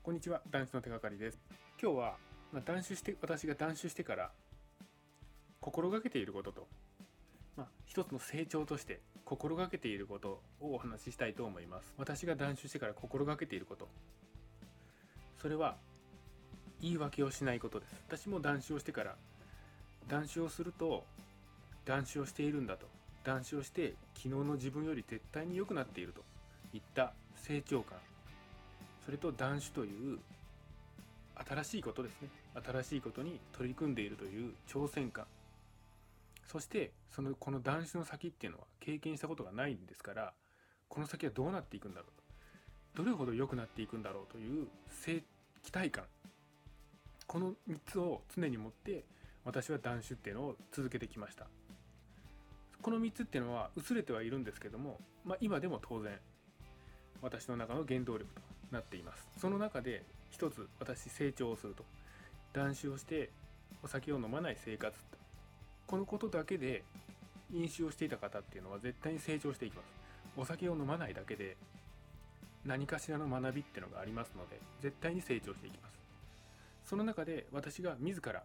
こんにちは、男子の手がかりです。今日は、私が断酒してから心がけていることと、一つの成長として心がけていることをお話ししたいと思います。私が断酒してから心がけていること、それは言い訳をしないことです。私も断酒をしてから、断酒をすると断酒をしているんだと、断酒をして昨日の自分より絶対に良くなっているといった成長感、それと断酒という新しいことですね、新しいことに取り組んでいるという挑戦感、そしてこの断酒の先っていうのは経験したことがないんですから、この先はどうなっていくんだろうと、どれほど良くなっていくんだろうという期待感、この3つを常に持って私は断酒っていうのを続けてきました。この3つっていうのは薄れてはいるんですけども、今でも当然私の中の原動力となっています。その中で一つ私成長をすると、断酒をしてお酒を飲まない生活と、このことだけで飲酒をしていた方っていうのは絶対に成長していきます。お酒を飲まないだけで何かしらの学びっていうのがありますので、絶対に成長していきます。その中で私が自ら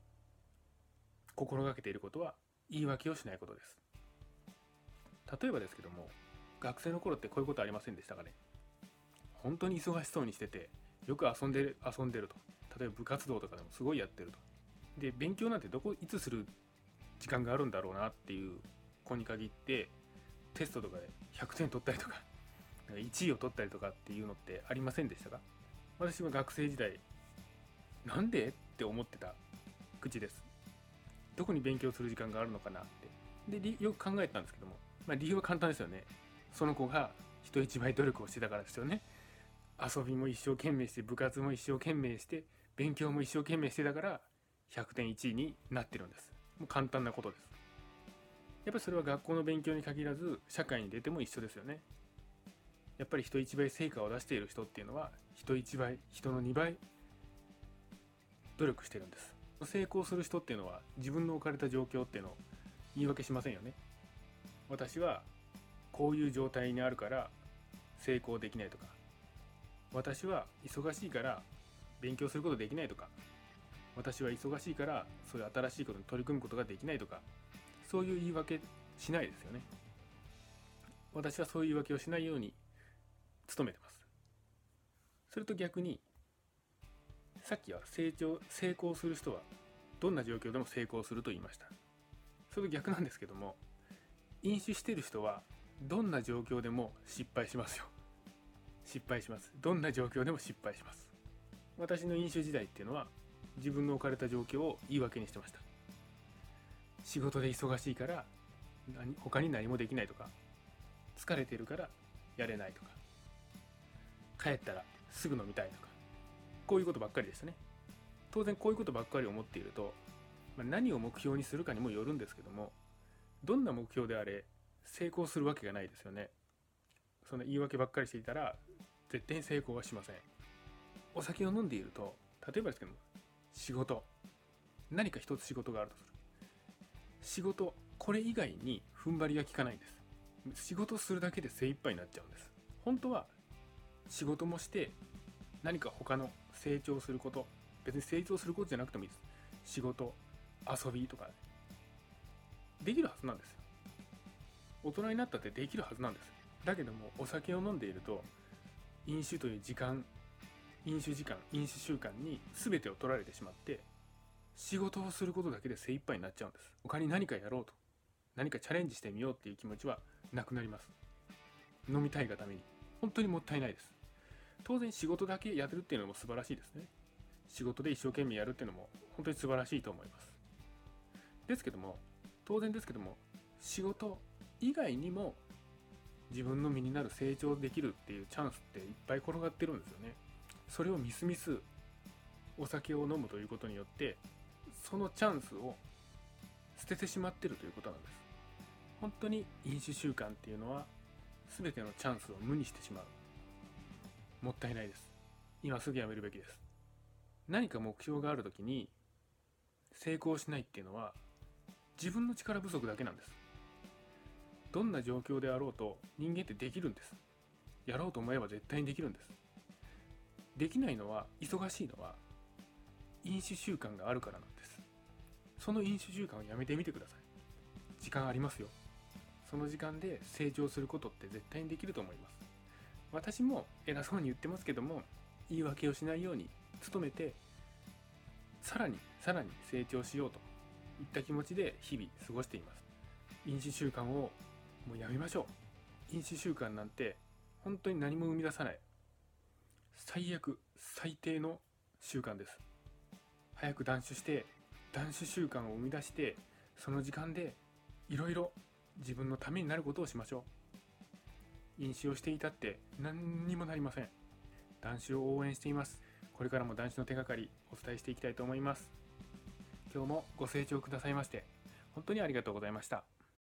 心がけていることは言い訳をしないことです。例えばですけども、学生の頃ってこういうことありませんでしたかね。本当に忙しそうにしてて、よく遊んでると、例えば部活動とかでもすごいやってると、で勉強なんていつする時間があるんだろうなっていう子に限って、テストとかで100点取ったりとか1位を取ったりとかっていうのってありませんでしたか。私は学生時代、なんでって思ってた口です。どこに勉強する時間があるのかなって。でよく考えたんですけども、理由は簡単ですよね。その子が人一倍努力をしてたからですよね。遊びも一生懸命して、部活も一生懸命して、勉強も一生懸命してたから100点1位になってるんです。もう簡単なことです。やっぱりそれは学校の勉強に限らず社会に出ても一緒ですよね。やっぱり人一倍成果を出している人っていうのは人一倍、人の2倍努力してるんです。成功する人っていうのは自分の置かれた状況っていうのを言い訳しませんよね。私はこういう状態にあるから成功できないとか、私は忙しいから勉強することできないとか、私は忙しいからそういう新しいことに取り組むことができないとか、そういう言い訳しないですよね。私はそういう言い訳をしないように努めてます。それと逆に、さっきは成功する人はどんな状況でも成功すると言いました。それと逆なんですけども、飲酒してる人はどんな状況でも失敗しますよ。失敗します。どんな状況でも失敗します。私の飲酒時代っていうのは自分の置かれた状況を言い訳にしてました。仕事で忙しいから他に何もできないとか、疲れてるからやれないとか、帰ったらすぐ飲みたいとか、こういうことばっかりでしたね。当然こういうことばっかり思っていると、何を目標にするかにもよるんですけども、どんな目標であれ成功するわけがないですよね。その言い訳ばっかりしていたら絶対に成功はしません。お酒を飲んでいると、例えばですけども、何か一つ仕事があるとする。仕事、これ以外に踏ん張りが効かないんです。仕事するだけで精一杯になっちゃうんです。本当は仕事もして何か他の成長すること、別に成長することじゃなくてもいいです。仕事、遊びとかできるはずなんですよ。大人になったってできるはずなんです。だけどもお酒を飲んでいると、飲酒という時間、飲酒時間、飲酒習慣に全てを取られてしまって、仕事をすることだけで精一杯になっちゃうんです。他に何かやろうと、何かチャレンジしてみようっていう気持ちはなくなります。飲みたいがために。本当にもったいないです。当然仕事だけやるっていうのも素晴らしいですね。仕事で一生懸命やるっていうのも本当に素晴らしいと思います。ですけども、当然ですけども、仕事以外にも自分の身になる成長できるっていうチャンスっていっぱい転がってるんですよね。それをみすみすお酒を飲むということによって、そのチャンスを捨ててしまってるということなんです。本当に飲酒習慣っていうのは全てのチャンスを無にしてしまう。もったいないです。今すぐやめるべきです。何か目標があるときに成功しないっていうのは自分の力不足だけなんです。どんな状況であろうと人間ってできるんです。やろうと思えば絶対にできるんです。 できないのは、忙しいのは飲酒習慣があるからなんです。その飲酒習慣をやめてみてください。時間ありますよ。その時間で成長することって絶対にできると思います。私も偉そうに言ってますけども、言い訳をしないように努めて、さらに成長しようといった気持ちで日々過ごしています。飲酒習慣をもうやめましょう。飲酒習慣なんて本当に何も生み出さない、最悪最低の習慣です。早く断酒して、断酒習慣を生み出して、その時間でいろいろ自分のためになることをしましょう。飲酒をしていたって何にもなりません。断酒を応援しています。これからも断酒の手がかりお伝えしていきたいと思います。今日もご清聴くださいまして本当にありがとうございました。